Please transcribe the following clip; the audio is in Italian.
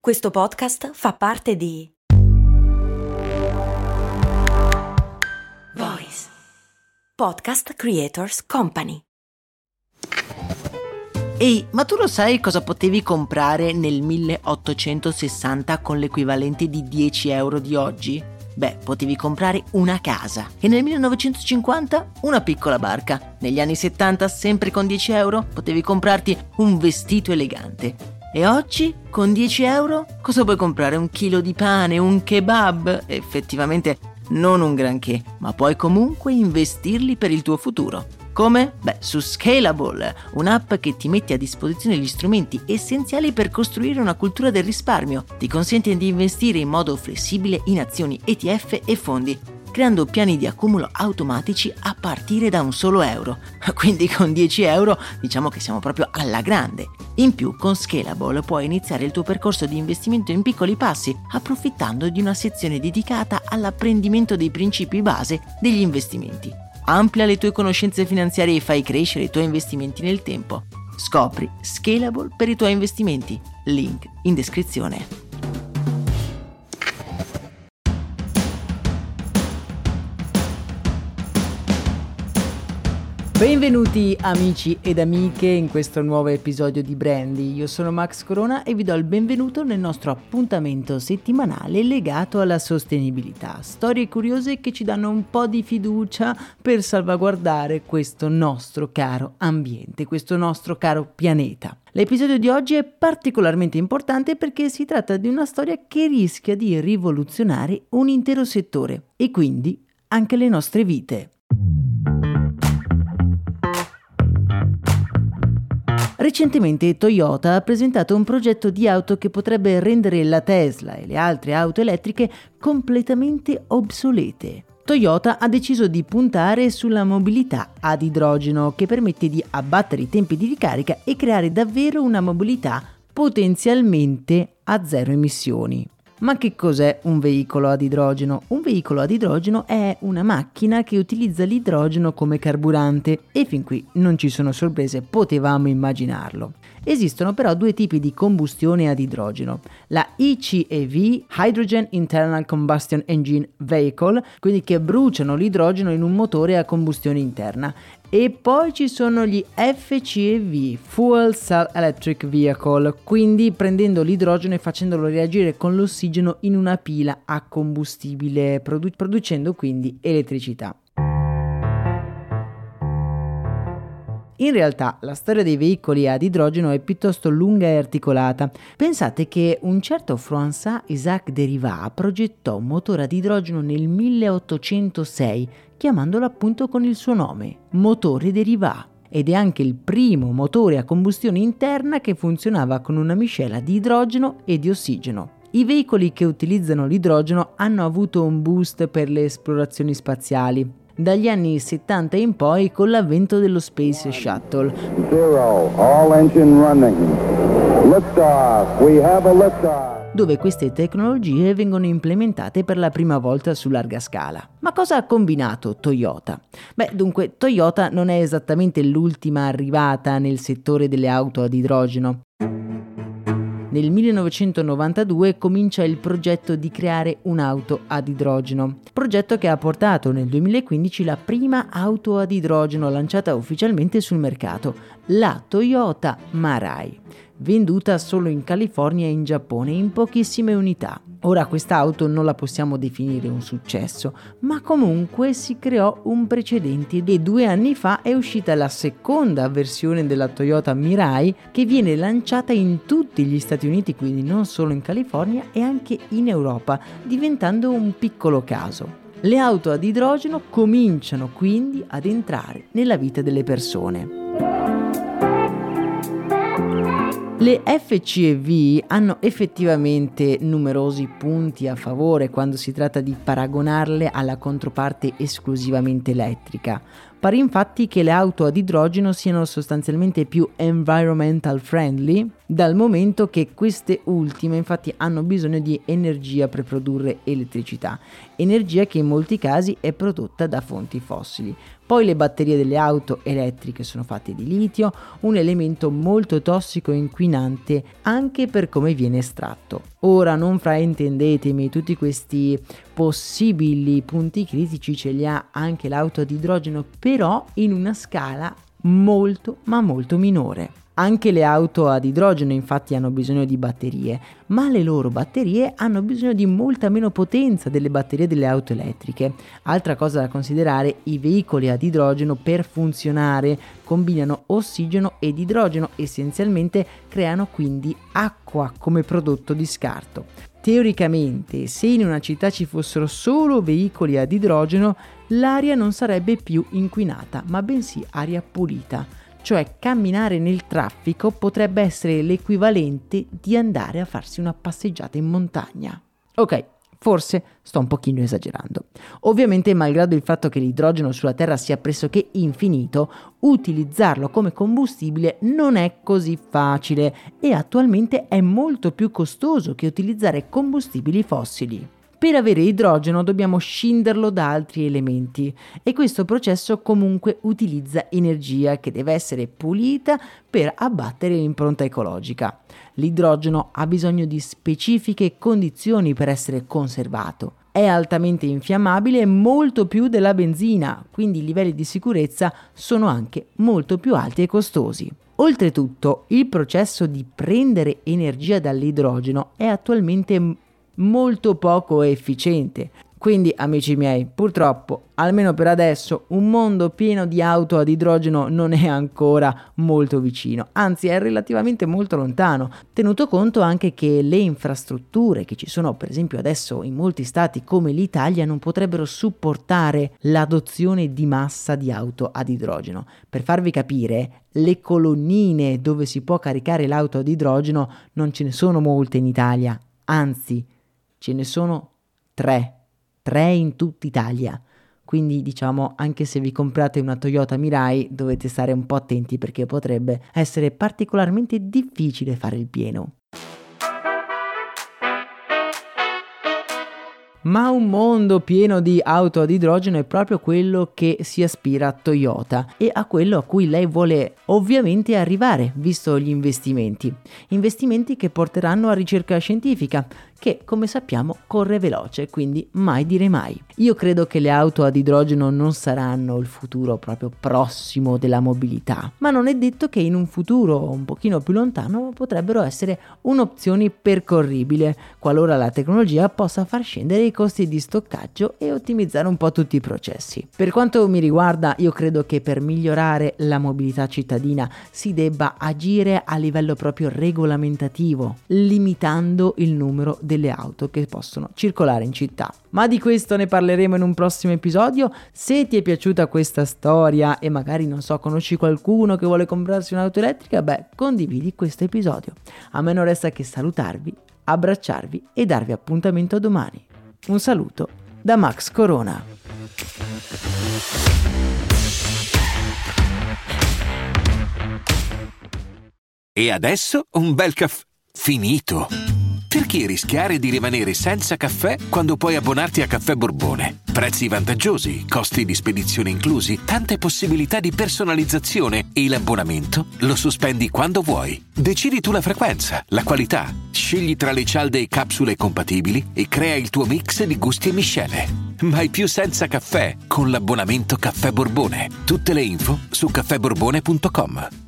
Questo podcast fa parte di Voice Podcast Creators Company. Ehi, ma tu lo sai cosa potevi comprare nel 1860 con l'equivalente di 10 euro di oggi? Beh, potevi comprare una casa e nel 1950 una piccola barca. Negli anni 70, sempre con 10 euro, potevi comprarti un vestito elegante. E oggi, con 10 euro, cosa puoi comprare? Un chilo di pane, un kebab? Effettivamente non un granché, ma puoi comunque investirli per il tuo futuro. Come? Beh, su Scalable, un'app che ti mette a disposizione gli strumenti essenziali per costruire una cultura del risparmio. Ti consente di investire in modo flessibile in azioni, ETF e fondi, creando piani di accumulo automatici a partire da un solo euro. Quindi con 10 euro diciamo che siamo proprio alla grande. In più, con Scalable puoi iniziare il tuo percorso di investimento in piccoli passi, approfittando di una sezione dedicata all'apprendimento dei principi base degli investimenti. Amplia le tue conoscenze finanziarie e fai crescere i tuoi investimenti nel tempo. Scopri Scalable per i tuoi investimenti. Link in descrizione. Benvenuti amici ed amiche in questo nuovo episodio di Brandy. Io sono Max Corona e vi do il benvenuto nel nostro appuntamento settimanale legato alla sostenibilità. Storie curiose che ci danno un po' di fiducia per salvaguardare questo nostro caro ambiente, questo nostro caro pianeta. L'episodio di oggi è particolarmente importante perché si tratta di una storia che rischia di rivoluzionare un intero settore e quindi anche le nostre vite. Recentemente Toyota ha presentato un progetto di auto che potrebbe rendere la Tesla e le altre auto elettriche completamente obsolete. Toyota ha deciso di puntare sulla mobilità ad idrogeno che permette di abbattere i tempi di ricarica e creare davvero una mobilità potenzialmente a zero emissioni. Ma che cos'è un veicolo ad idrogeno? Un veicolo ad idrogeno è una macchina che utilizza l'idrogeno come carburante e fin qui non ci sono sorprese, potevamo immaginarlo. Esistono però due tipi di combustione ad idrogeno, la HEV, Hydrogen Internal Combustion Engine Vehicle, quindi che bruciano l'idrogeno in un motore a combustione interna, e poi ci sono gli FCEV, Fuel Cell Electric Vehicle, quindi prendendo l'idrogeno e facendolo reagire con l'ossigeno in una pila a combustibile, producendo quindi elettricità. In realtà la storia dei veicoli ad idrogeno è piuttosto lunga e articolata. Pensate che un certo François-Isaac Derivat progettò un motore ad idrogeno nel 1806, chiamandolo appunto con il suo nome, motore Derivat. Ed è anche il primo motore a combustione interna che funzionava con una miscela di idrogeno e di ossigeno. I veicoli che utilizzano l'idrogeno hanno avuto un boost per le esplorazioni spaziali dagli anni 70 in poi con l'avvento dello Space Shuttle. Zero, all engine running. Liftoff, we have a liftoff. Dove queste tecnologie vengono implementate per la prima volta su larga scala. Ma cosa ha combinato Toyota? Beh, dunque, Toyota non è esattamente l'ultima arrivata nel settore delle auto ad idrogeno. Nel 1992 comincia il progetto di creare un'auto ad idrogeno, progetto che ha portato nel 2015 la prima auto ad idrogeno lanciata ufficialmente sul mercato, la Toyota Mirai, venduta solo in California e in Giappone in pochissime unità. Ora quest'auto non la possiamo definire un successo, ma comunque si creò un precedente e 2 anni fa è uscita la seconda versione della Toyota Mirai che viene lanciata in tutti gli Stati Uniti, quindi non solo in California e anche in Europa, diventando un piccolo caso. Le auto ad idrogeno cominciano quindi ad entrare nella vita delle persone. Le FCEV hanno effettivamente numerosi punti a favore quando si tratta di paragonarle alla controparte esclusivamente elettrica. Pare infatti che le auto ad idrogeno siano sostanzialmente più environmental friendly, dal momento che queste ultime infatti hanno bisogno di energia per produrre elettricità, energia che in molti casi è prodotta da fonti fossili. Poi le batterie delle auto elettriche sono fatte di litio, un elemento molto tossico e inquinante anche per come viene estratto. Ora non fraintendetemi, tutti questi possibili punti critici ce li ha anche l'auto ad idrogeno, però in una scala molto ma molto minore. Anche le auto ad idrogeno infatti hanno bisogno di batterie, ma le loro batterie hanno bisogno di molta meno potenza delle batterie delle auto elettriche. Altra cosa da considerare, i veicoli ad idrogeno per funzionare combinano ossigeno ed idrogeno, essenzialmente creano quindi acqua come prodotto di scarto. Teoricamente, se in una città ci fossero solo veicoli ad idrogeno, l'aria non sarebbe più inquinata, ma bensì aria pulita. Cioè camminare nel traffico potrebbe essere l'equivalente di andare a farsi una passeggiata in montagna. Ok, forse sto un pochino esagerando. Ovviamente, malgrado il fatto che l'idrogeno sulla Terra sia pressoché infinito, utilizzarlo come combustibile non è così facile e attualmente è molto più costoso che utilizzare combustibili fossili. Per avere idrogeno dobbiamo scinderlo da altri elementi e questo processo comunque utilizza energia che deve essere pulita per abbattere l'impronta ecologica. L'idrogeno ha bisogno di specifiche condizioni per essere conservato. È altamente infiammabile molto più della benzina, quindi i livelli di sicurezza sono anche molto più alti e costosi. Oltretutto, il processo di prendere energia dall'idrogeno è attualmente molto poco efficiente. Quindi, amici miei, purtroppo, almeno per adesso, un mondo pieno di auto ad idrogeno non è ancora molto vicino, anzi è relativamente molto lontano, tenuto conto anche che le infrastrutture che ci sono per esempio adesso in molti stati come l'Italia non potrebbero supportare l'adozione di massa di auto ad idrogeno. Per farvi capire, le colonnine dove si può caricare l'auto ad idrogeno non ce ne sono molte in Italia, anzi ce ne sono 3 in tutta Italia, quindi diciamo anche se vi comprate una Toyota Mirai dovete stare un po' attenti perché potrebbe essere particolarmente difficile fare il pieno. Ma un mondo pieno di auto ad idrogeno è proprio quello che si aspira a Toyota e a quello a cui lei vuole ovviamente arrivare, visto gli investimenti che porteranno a ricerca scientifica, che come sappiamo corre veloce, quindi mai dire mai. Io credo che le auto ad idrogeno non saranno il futuro proprio prossimo della mobilità, ma non è detto che in un futuro un pochino più lontano potrebbero essere un'opzione percorribile, qualora la tecnologia possa far scendere i costi di stoccaggio e ottimizzare un po' tutti i processi. Per quanto mi riguarda, io credo che per migliorare la mobilità cittadina si debba agire a livello proprio regolamentativo, limitando il numero delle auto che possono circolare in città. Ma di questo ne parleremo in un prossimo episodio. Se ti è piaciuta questa storia e magari non so, conosci qualcuno che vuole comprarsi un'auto elettrica, condividi questo episodio. A me non resta che salutarvi, abbracciarvi e darvi appuntamento a domani. Un saluto da Max Corona. E adesso un bel caffè finito. Perché rischiare di rimanere senza caffè quando puoi abbonarti a Caffè Borbone? Prezzi vantaggiosi, costi di spedizione inclusi, tante possibilità di personalizzazione e l'abbonamento lo sospendi quando vuoi. Decidi tu la frequenza, la qualità, scegli tra le cialde e capsule compatibili e crea il tuo mix di gusti e miscele. Mai più senza caffè con l'abbonamento Caffè Borbone. Tutte le info su caffèborbone.com.